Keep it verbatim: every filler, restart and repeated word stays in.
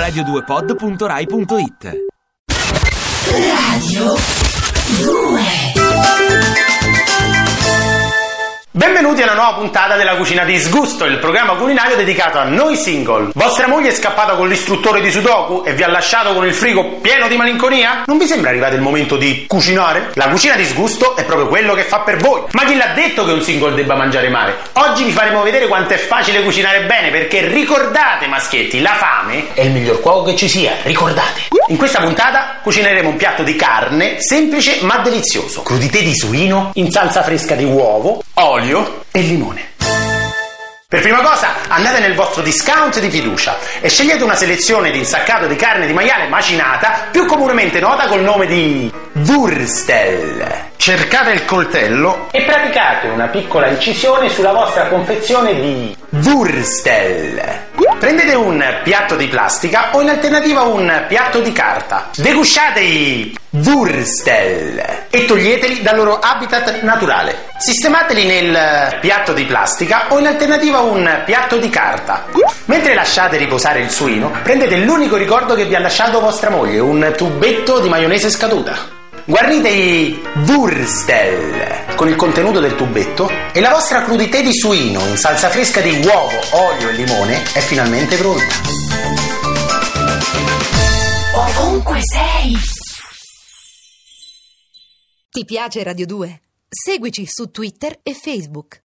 radio due pod punto rai punto it. Radio due. Benvenuti alla nuova puntata della Cucina di Sgusto, il programma culinario dedicato a noi single. Vostra moglie è scappata con l'istruttore di Sudoku e vi ha lasciato con il frigo pieno di malinconia? Non vi sembra arrivato il momento di cucinare? La Cucina di Sgusto è proprio quello che fa per voi. Ma chi l'ha detto che un single debba mangiare male? Oggi vi faremo vedere quanto è facile cucinare bene, perché ricordate, maschietti, la fame è il miglior cuoco che ci sia, ricordate. In questa puntata cucineremo un piatto di carne semplice ma delizioso. Crudité di suino in salsa fresca di uovo, olio e limone. Per prima cosa andate nel vostro discount di fiducia e scegliete una selezione di insaccato di carne di maiale macinata, più comunemente nota col nome di Wurstel. Cercate il coltello e praticate una piccola incisione sulla vostra confezione di Wurstel. Prendete un piatto di plastica o in alternativa un piatto di carta. Degusciate i Wurstel e toglieteli dal loro habitat naturale. Sistemateli nel piatto di plastica o in alternativa un piatto di carta. Mentre lasciate riposare il suino, prendete l'unico ricordo che vi ha lasciato vostra moglie, un tubetto di maionese scaduta. Guarnite i Wurstel con il contenuto del tubetto e la vostra crudité di suino in salsa fresca di uovo, olio e limone è finalmente pronta. Ovunque sei. Ti piace Radio due? Seguici su Twitter e Facebook.